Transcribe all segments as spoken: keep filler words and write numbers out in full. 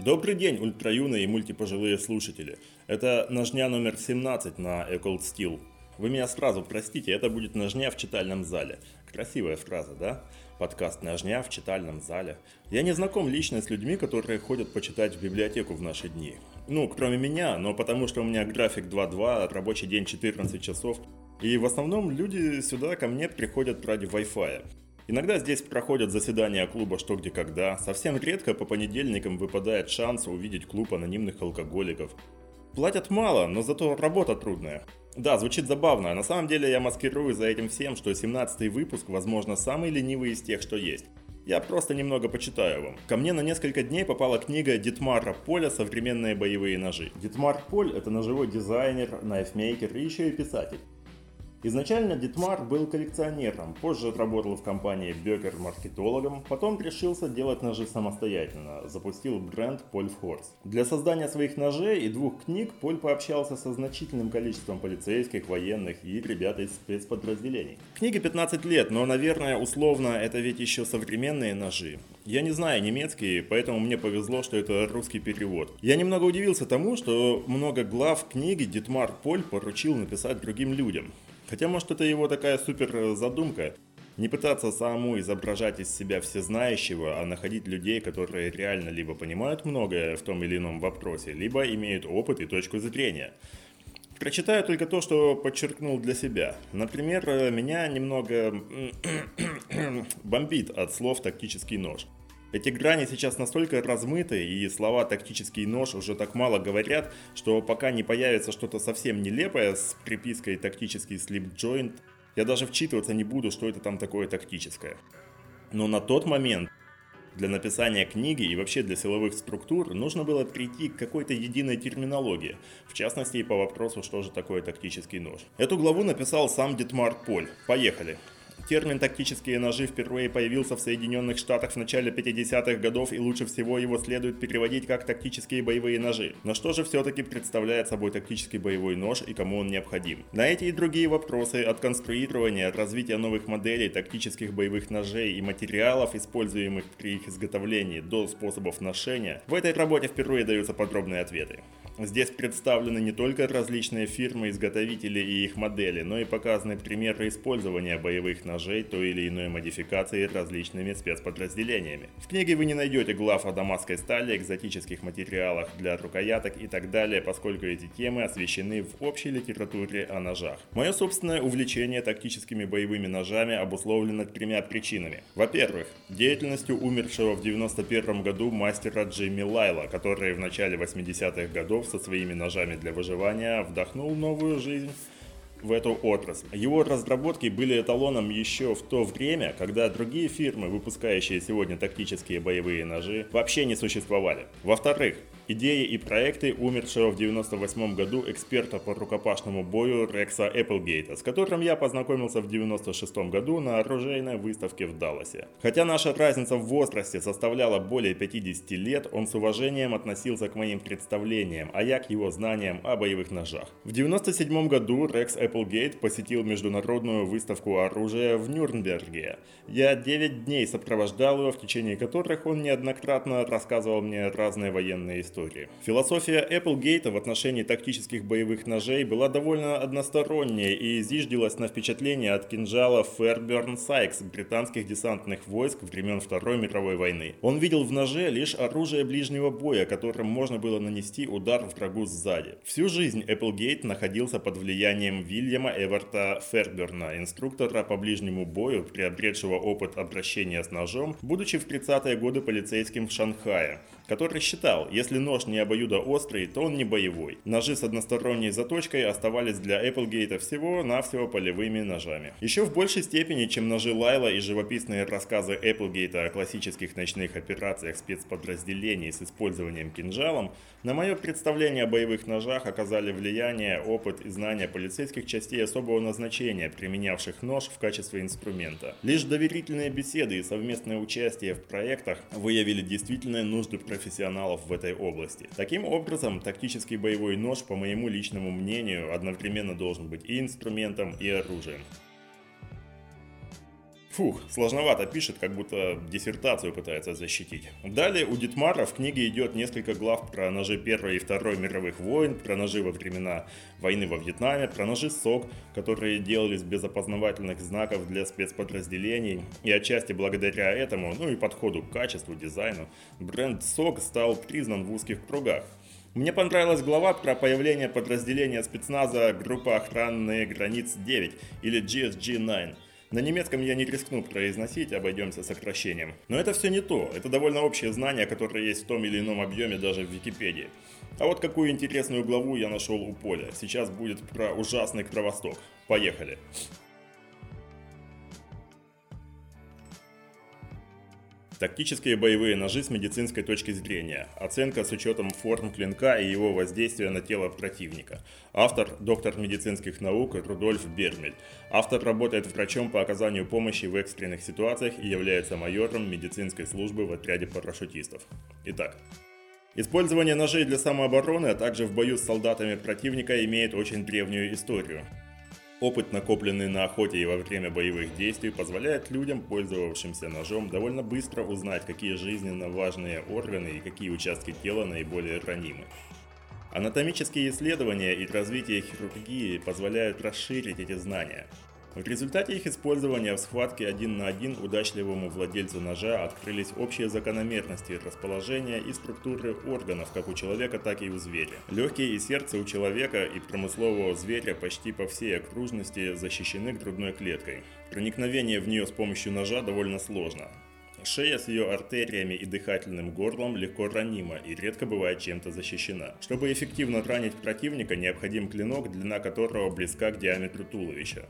Добрый день, ультраюные и мультипожилые слушатели. Это ножня номер семнадцать на A Cold Steel. Вы меня сразу простите, это будет ножня в читальном зале. Красивая фраза, да? Подкаст «Ножня в читальном зале». Я не знаком лично с людьми, которые ходят почитать в библиотеку в наши дни. Ну, кроме меня, но потому что у меня график два-два, рабочий день четырнадцать часов. И в основном люди сюда ко мне приходят ради Wi-Fi. Иногда здесь проходят заседания клуба «Что, где, когда». Совсем редко по понедельникам выпадает шанс увидеть клуб анонимных алкоголиков. Платят мало, но зато работа трудная. Да, звучит забавно, а на самом деле я маскирую за этим всем, что семнадцатый выпуск, возможно, самый ленивый из тех, что есть. Я просто немного почитаю вам. Ко мне на несколько дней попала книга Дитмара Поля «Современные боевые ножи». Дитмар Поль – это ножевой дизайнер, найфмейкер и еще и писатель. Изначально Дитмар был коллекционером, позже работал в компании Бёкер маркетологом, потом решился делать ножи самостоятельно, запустил бренд Польфхорс. Для создания своих ножей и двух книг Поль пообщался со значительным количеством полицейских, военных и ребят из спецподразделений. Книге пятнадцать лет, но, наверное, условно, это ведь еще современные ножи. Я не знаю немецкий, поэтому мне повезло, что это русский перевод. Я немного удивился тому, что много глав книги Дитмар Поль поручил написать другим людям. Хотя, может, это его такая супер задумка. Не пытаться самому изображать из себя всезнающего, а находить людей, которые реально либо понимают многое в том или ином вопросе, либо имеют опыт и точку зрения. Прочитаю только то, что подчеркнул для себя. Например, меня немного бомбит от слов «тактический нож». Эти грани сейчас настолько размыты, и слова «тактический нож» уже так мало говорят, что пока не появится что-то совсем нелепое с припиской «тактический слип-джойнт», я даже вчитываться не буду, что это там такое тактическое. Но на тот момент для написания книги и вообще для силовых структур нужно было прийти к какой-то единой терминологии, в частности и по вопросу, что же такое тактический нож. Эту главу написал сам Дитмар Поль. Поехали! Термин «тактические ножи» впервые появился в Соединенных Штатах в начале пятидесятых годов, и лучше всего его следует переводить как «тактические боевые ножи». Но что же все-таки представляет собой тактический боевой нож и кому он необходим? На эти и другие вопросы, от конструирования, от развития новых моделей тактических боевых ножей и материалов, используемых при их изготовлении, до способов ношения, в этой работе впервые даются подробные ответы. Здесь представлены не только различные фирмы-изготовители и их модели, но и показаны примеры использования боевых ножей той или иной модификации различными спецподразделениями. В книге вы не найдете глав о дамасской стали, экзотических материалах для рукояток и так далее, поскольку эти темы освещены в общей литературе о ножах. Мое собственное увлечение тактическими боевыми ножами обусловлено тремя причинами. Во-первых, деятельностью умершего в девяносто первом году мастера Джимми Лайла, который в начале восьмидесятых годов со своими ножами для выживания вдохнул новую жизнь в эту отрасль. Его разработки были эталоном еще в то время, когда другие фирмы, выпускающие сегодня тактические боевые ножи, вообще не существовали. Во-вторых, идеи и проекты умершего в девяносто восьмом году эксперта по рукопашному бою Рекса Эпплгейта, с которым я познакомился в девяносто шестом году на оружейной выставке в Далласе. Хотя наша разница в возрасте составляла более пятидесяти лет, он с уважением относился к моим представлениям, а я к его знаниям о боевых ножах. В девяносто седьмом году Рекс Эпплгейт посетил международную выставку оружия в Нюрнберге. Я девять дней сопровождал его, в течение которых он неоднократно рассказывал мне разные военные истории. Философия Эпплгейта в отношении тактических боевых ножей была довольно односторонней и зиждилась на впечатление от кинжала Fairburn Sykes британских десантных войск времен Второй мировой войны. Он видел в ноже лишь оружие ближнего боя, которым можно было нанести удар врагу сзади. Всю жизнь Эпплгейт находился под влиянием Вильяма Эверта Ферберна, инструктора по ближнему бою, приобретшего опыт обращения с ножом, будучи в тридцатые годы полицейским в Шанхае, который считал, если нож не обоюдоострый, то он не боевой. Ножи с односторонней заточкой оставались для Эпплгейта всего-навсего полевыми ножами. Еще в большей степени, чем ножи Лайла и живописные рассказы Эпплгейта о классических ночных операциях спецподразделений с использованием кинжалом, на мое представление о боевых ножах оказали влияние, опыт и знания полицейских частей особого назначения, применявших нож в качестве инструмента. Лишь доверительные беседы и совместное участие в проектах выявили действительные нужды профессионалов в этой области. Таким образом, тактический боевой нож, по моему личному мнению, одновременно должен быть и инструментом, и оружием. Фух, сложновато пишет, как будто диссертацию пытается защитить. Далее у Дитмара в книге идет несколько глав про ножи Первой и Второй мировых войн, про ножи во времена войны во Вьетнаме, про ножи СОГ, которые делались без опознавательных знаков для спецподразделений. И отчасти благодаря этому, ну и подходу к качеству, дизайну, бренд СОГ стал признан в узких кругах. Мне понравилась глава про появление подразделения спецназа группа охраны границ девять или джи эс джи девять. На немецком я не рискну произносить, обойдемся сокращением. Но это все не то, это довольно общее знание, которое есть в том или ином объеме даже в Википедии. А вот какую интересную главу я нашел у Поля. Сейчас будет про ужасный Кровосток. Поехали! Тактические боевые ножи с медицинской точки зрения. Оценка с учетом форм клинка и его воздействия на тело противника. Автор – доктор медицинских наук Рудольф Бермель. Автор работает врачом по оказанию помощи в экстренных ситуациях и является майором медицинской службы в отряде парашютистов. Итак. Использование ножей для самообороны, а также в бою с солдатами противника имеет очень древнюю историю. Опыт, накопленный на охоте и во время боевых действий, позволяет людям, пользовавшимся ножом, довольно быстро узнать, какие жизненно важные органы и какие участки тела наиболее ранимы. Анатомические исследования и развитие хирургии позволяют расширить эти знания. В результате их использования в схватке один на один удачливому владельцу ножа открылись общие закономерности расположения и структуры органов как у человека, так и у зверя. Легкие и сердце у человека и промыслового зверя почти по всей окружности защищены грудной клеткой. Проникновение в нее с помощью ножа довольно сложно. Шея с ее артериями и дыхательным горлом легко ранима и редко бывает чем-то защищена. Чтобы эффективно ранить противника, необходим клинок, длина которого близка к диаметру туловища.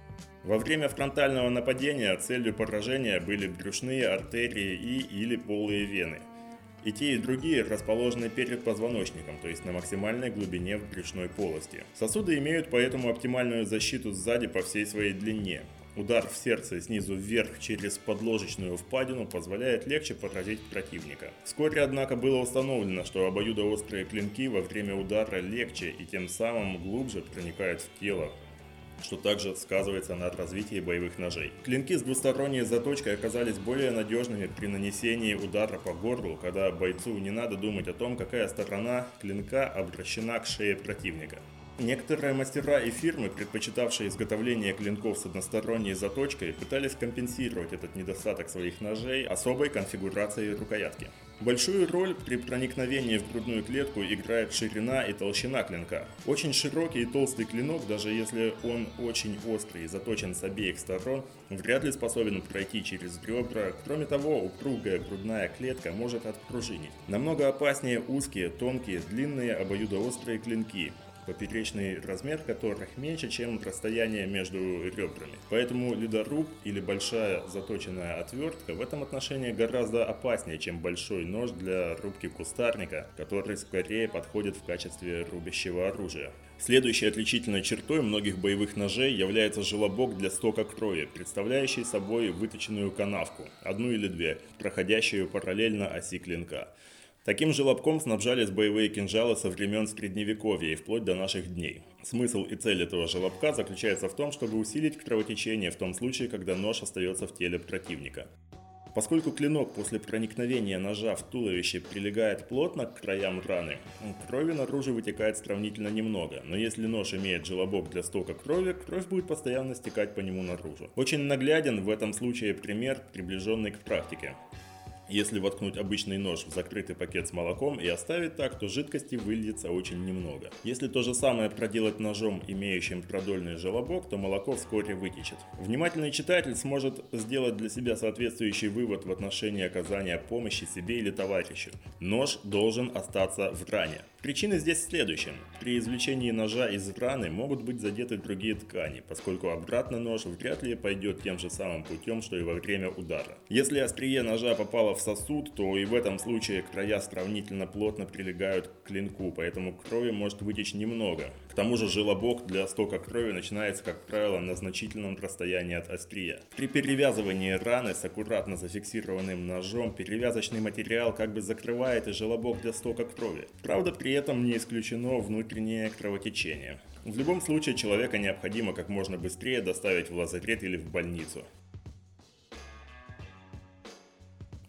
Во время фронтального нападения целью поражения были брюшные артерии и или полые вены. И те, и другие расположены перед позвоночником, то есть на максимальной глубине в брюшной полости. Сосуды имеют поэтому оптимальную защиту сзади по всей своей длине. Удар в сердце снизу вверх через подложечную впадину позволяет легче поразить противника. Вскоре, однако, было установлено, что обоюдоострые клинки во время удара легче и тем самым глубже проникают в тело, что также сказывается на развитии боевых ножей. Клинки с двусторонней заточкой оказались более надежными при нанесении удара по горлу, когда бойцу не надо думать о том, какая сторона клинка обращена к шее противника. Некоторые мастера и фирмы, предпочитавшие изготовление клинков с односторонней заточкой, пытались компенсировать этот недостаток своих ножей особой конфигурацией рукоятки. Большую роль при проникновении в грудную клетку играет ширина и толщина клинка. Очень широкий и толстый клинок, даже если он очень острый и заточен с обеих сторон, вряд ли способен пройти через ребра. Кроме того, упругая грудная клетка может отпружинить. Намного опаснее узкие, тонкие, длинные обоюдоострые клинки, поперечный размер которых меньше, чем расстояние между ребрами. Поэтому ледоруб или большая заточенная отвертка в этом отношении гораздо опаснее, чем большой нож для рубки кустарника, который скорее подходит в качестве рубящего оружия. Следующей отличительной чертой многих боевых ножей является желобок для стока крови, представляющий собой выточенную канавку, одну или две, проходящую параллельно оси клинка. Таким желобком снабжались боевые кинжалы со времен Средневековья и вплоть до наших дней. Смысл и цель этого желобка заключается в том, чтобы усилить кровотечение в том случае, когда нож остается в теле противника. Поскольку клинок после проникновения ножа в туловище прилегает плотно к краям раны, крови наружу вытекает сравнительно немного, но если нож имеет желобок для стока крови, кровь будет постоянно стекать по нему наружу. Очень нагляден в этом случае пример, приближенный к практике. Если воткнуть обычный нож в закрытый пакет с молоком и оставить так, то жидкости выльется очень немного. Если то же самое проделать ножом, имеющим продольный желобок, то молоко вскоре вытечет. Внимательный читатель сможет сделать для себя соответствующий вывод в отношении оказания помощи себе или товарищу. Нож должен остаться в ране. Причина здесь в следующем. При извлечении ножа из раны могут быть задеты другие ткани, поскольку обратно нож вряд ли пойдет тем же самым путем, что и во время удара. Если острие ножа попало в сосуд, то и в этом случае края сравнительно плотно прилегают к клинку, поэтому крови может вытечь немного. К тому же желобок для стока крови начинается, как правило, на значительном расстоянии от острия. При перевязывании раны с аккуратно зафиксированным ножом перевязочный материал как бы закрывает и желобок для стока крови. Правда, при этом не исключено внутреннее кровотечение. В любом случае человека необходимо как можно быстрее доставить в лазарет или в больницу.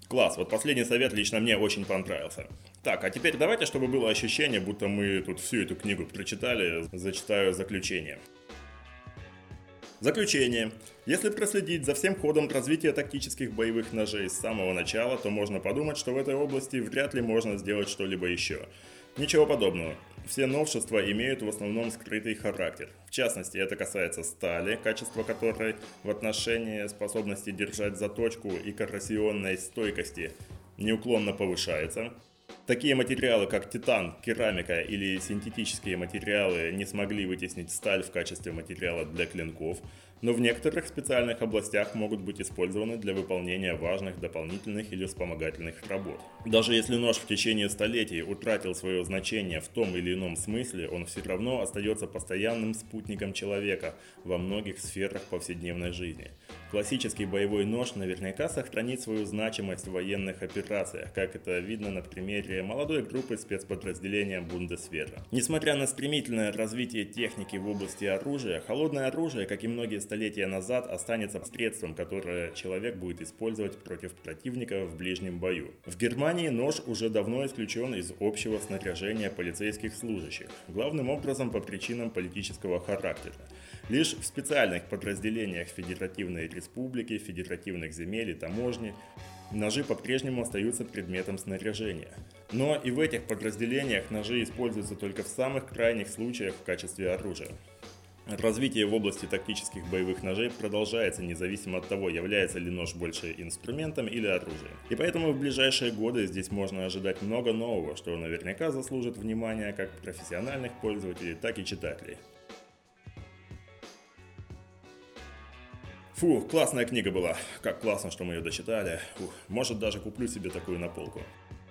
Класс, вот последний совет лично мне очень понравился. Так, а теперь давайте, чтобы было ощущение, будто мы тут всю эту книгу прочитали, зачитаю заключение. Заключение. Если проследить за всем ходом развития тактических боевых ножей с самого начала, то можно подумать, что в этой области вряд ли можно сделать что-либо еще. Ничего подобного. Все новшества имеют в основном скрытый характер. В частности, это касается стали, качество которой в отношении способности держать заточку и коррозионной стойкости неуклонно повышается. Такие материалы, как титан, керамика или синтетические материалы не смогли вытеснить сталь в качестве материала для клинков, но в некоторых специальных областях могут быть использованы для выполнения важных дополнительных или вспомогательных работ. Даже если нож в течение столетий утратил свое значение в том или ином смысле, он все равно остается постоянным спутником человека во многих сферах повседневной жизни. Классический боевой нож наверняка сохранит свою значимость в военных операциях, как это видно на примере молодой группы спецподразделения Бундесвера. Несмотря на стремительное развитие техники в области оружия, холодное оружие, как и многие столетия назад, останется средством, которое человек будет использовать против противника в ближнем бою. В Германии нож уже давно исключен из общего снаряжения полицейских служащих, главным образом по причинам политического характера. Лишь в специальных подразделениях Федеративной Республики, федеративных земель и таможни ножи по-прежнему остаются предметом снаряжения. Но и в этих подразделениях ножи используются только в самых крайних случаях в качестве оружия. Развитие в области тактических боевых ножей продолжается, независимо от того, является ли нож больше инструментом или оружием. И поэтому в ближайшие годы здесь можно ожидать много нового, что наверняка заслужит внимания как профессиональных пользователей, так и читателей. Фу, классная книга была. Как классно, что мы ее дочитали. Фух, может, даже куплю себе такую на полку.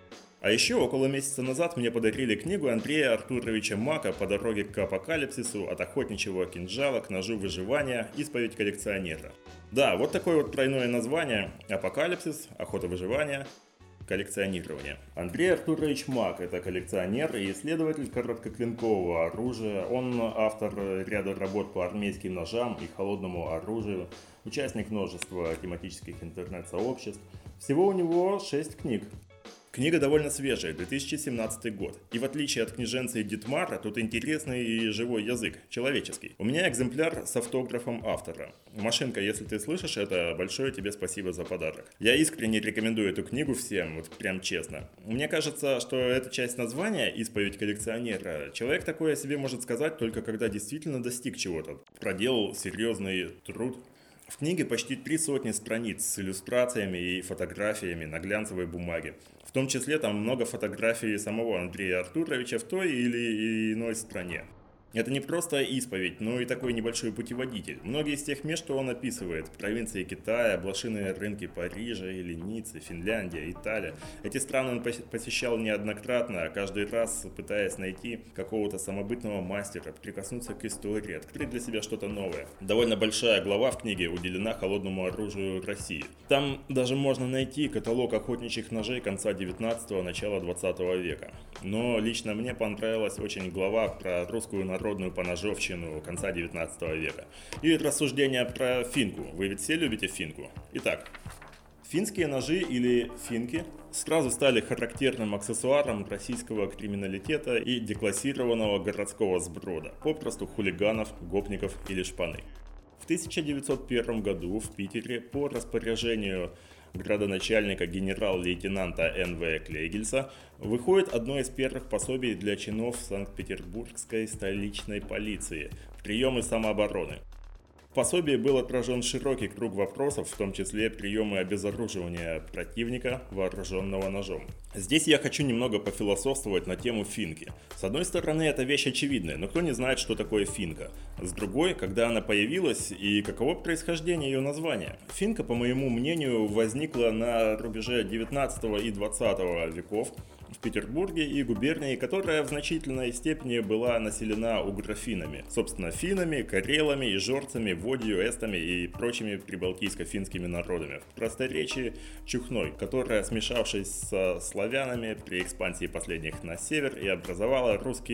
А еще около месяца назад мне подарили книгу Андрея Артуровича Мака «По дороге к апокалипсису. От охотничьего кинжала к ножу выживания. Исповедь коллекционера». Да, вот такое вот тройное название: апокалипсис, охота выживания, коллекционирование. Андрей Артурович Мак – это коллекционер и исследователь короткоклинкового оружия. Он автор ряда работ по армейским ножам и холодному оружию, участник множества тематических интернет-сообществ. Всего у него шесть книг. Книга довольно свежая, две тысячи семнадцатый год. И в отличие от книженца и Дитмара, тут интересный и живой язык, человеческий. У меня экземпляр с автографом автора. Машинка, если ты слышишь это, большое тебе спасибо за подарок. Я искренне рекомендую эту книгу всем, вот прям честно. Мне кажется, что эта часть названия «Исповедь коллекционера» человек такое о себе может сказать только когда действительно достиг чего-то, проделал серьезный труд. В книге почти три сотни страниц с иллюстрациями и фотографиями на глянцевой бумаге. В том числе там много фотографий самого Андрея Артуровича в той или иной стране. Это не просто исповедь, но и такой небольшой путеводитель. Многие из тех мест, что он описывает, провинции Китая, блошиные рынки Парижа или Ниццы, Финляндия, Италия. Эти страны он посещал неоднократно, каждый раз пытаясь найти какого-то самобытного мастера, прикоснуться к истории, открыть для себя что-то новое. Довольно большая глава в книге уделена холодному оружию России. Там даже можно найти каталог охотничьих ножей конца девятнадцатого, начала двадцатого века. Но лично мне понравилась очень глава про русскую народную поножовщину конца девятнадцатого века. И рассуждения про финку. Вы ведь все любите финку? Итак, финские ножи или финки сразу стали характерным аксессуаром российского криминалитета и деклассированного городского сброда, попросту хулиганов, гопников или шпаны. В тысяча девятьсот первом году в Питере по распоряжению градоначальника генерал-лейтенанта эн вэ Клейгельса выходит одно из первых пособий для чинов Санкт-Петербургской столичной полиции «Приемы самообороны». В пособии был отражен широкий круг вопросов, в том числе приемы обезоруживания противника, вооруженного ножом. Здесь я хочу немного пофилософствовать на тему финки. С одной стороны, это вещь очевидная, но кто не знает, что такое финка? С другой, когда она появилась и каково происхождение ее названия? Финка, по моему мнению, возникла на рубеже девятнадцатого и двадцатого веков в Петербурге и губернии, которая в значительной степени была населена угрофинами. Собственно, финнами, карелами, ижорцами, водью, эстами и прочими прибалтийско-финскими народами. В просторечии чухной, которая, смешавшись со славянами при экспансии последних на север, и образовала русский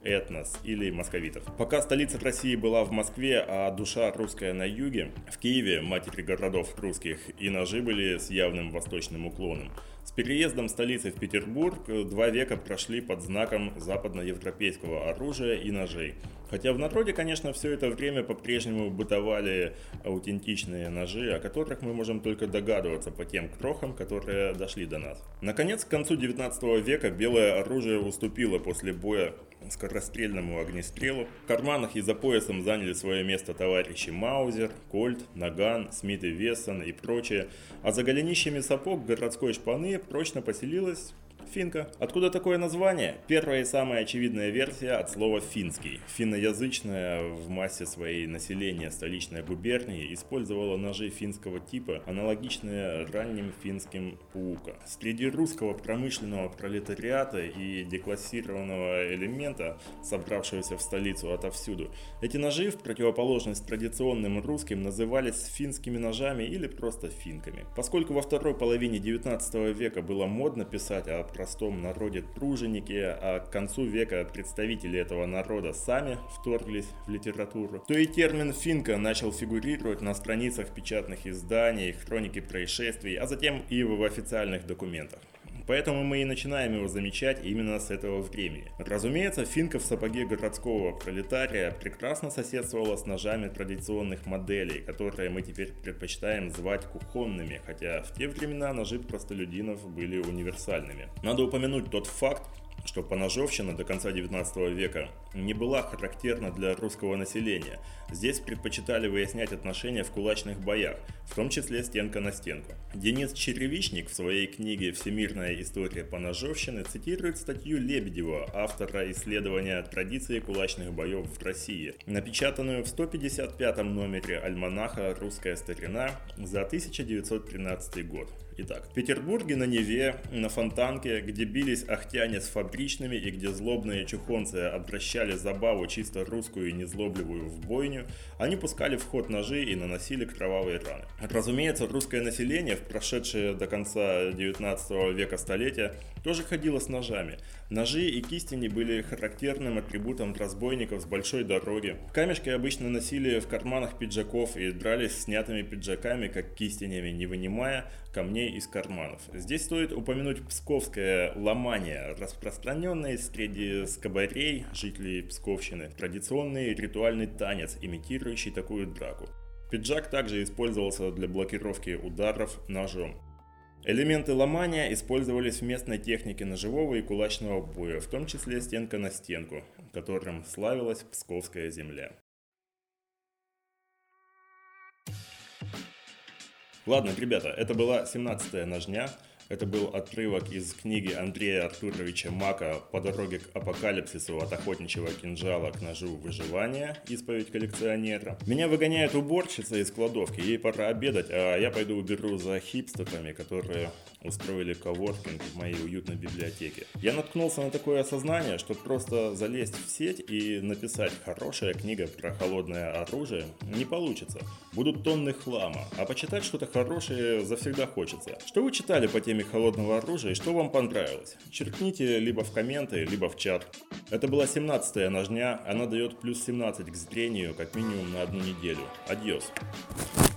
этнос или московитов. Пока столица России была в Москве, а душа русская на юге, в Киеве, матери городов русских, и ножи были с явным восточным уклоном. С переездом столицы в Петербург два века прошли под знаком западноевропейского оружия и ножей. Хотя в народе, конечно, все это время по-прежнему бытовали аутентичные ножи, о которых мы можем только догадываться по тем крохам, которые дошли до нас. Наконец, к концу девятнадцатого века белое оружие уступило после боя скорострельному огнестрелу. В карманах и за поясом заняли свое место товарищи Маузер, Кольт, Наган, Смит и Вессон и прочее, а за голенищами сапог городской шпаны прочно поселилась финка. Откуда такое название? Первая и самая очевидная версия от слова «финский». Финноязычное в массе своей населения столичной губернии использовало ножи финского типа, аналогичные ранним финским паука. Среди русского промышленного пролетариата и деклассированного элемента, собравшегося в столицу отовсюду, эти ножи, в противоположность традиционным русским, назывались финскими ножами или просто финками. Поскольку во второй половине девятнадцатого века было модно писать о простом народе труженики, а к концу века представители этого народа сами вторглись в литературу, то и термин «финка» начал фигурировать на страницах печатных изданий, хроники происшествий, а затем и в официальных документах. Поэтому мы и начинаем его замечать именно с этого времени. Разумеется, финка в сапоге городского пролетария прекрасно соседствовала с ножами традиционных моделей, которые мы теперь предпочитаем звать кухонными, хотя в те времена ножи простолюдинов были универсальными. Надо упомянуть тот факт, что поножовщина до конца девятнадцатого века не была характерна для русского населения. Здесь предпочитали выяснять отношения в кулачных боях, в том числе стенка на стенку. Денис Черевичник в своей книге «Всемирная история поножовщины» цитирует статью Лебедева, автора исследования традиции кулачных боев в России, напечатанную в сто пятьдесят пятом номере альманаха «Русская старина» за тысяча девятьсот тринадцатый год. Итак, в Петербурге на Неве, на Фонтанке, где бились ахтяне с фабричными и где злобные чухонцы обращали забаву чисто русскую и незлобливую в бойню, они пускали в ход ножи и наносили кровавые раны. Разумеется, русское население, в прошедшее до конца девятнадцатого века столетия, тоже ходило с ножами. Ножи и кистени были характерным атрибутом разбойников с большой дороги. Камешки обычно носили в карманах пиджаков и дрались с снятыми пиджаками, как кистенями, не вынимая камней из карманов. Здесь стоит упомянуть псковское ломание, распространенное среди скобарей, жителей Псковщины, традиционный ритуальный танец, имитирующий такую драку. Пиджак также использовался для блокировки ударов ножом. Элементы ломания использовались в местной технике ножевого и кулачного боя, в том числе стенка на стенку, которым славилась Псковская земля. Ладно, ребята, это была семнадцатая ножня. Это был отрывок из книги Андрея Артуровича Мака «По дороге к апокалипсису. От охотничьего кинжала к ножу выживания. Исповедь коллекционера». Меня выгоняет уборщица из кладовки, ей пора обедать, а я пойду уберу за хипстерами, которые устроили коворкинг в моей уютной библиотеке. Я наткнулся на такое осознание, что просто залезть в сеть и написать «хорошая книга про холодное оружие» не получится. Будут тонны хлама, а почитать что-то хорошее завсегда хочется. Что вы читали по теме холодного оружия и что вам понравилось? Черкните либо в комменты, либо в чат. Это была семнадцатая ножня, она дает плюс семнадцать к зрению как минимум на одну неделю. Адьос.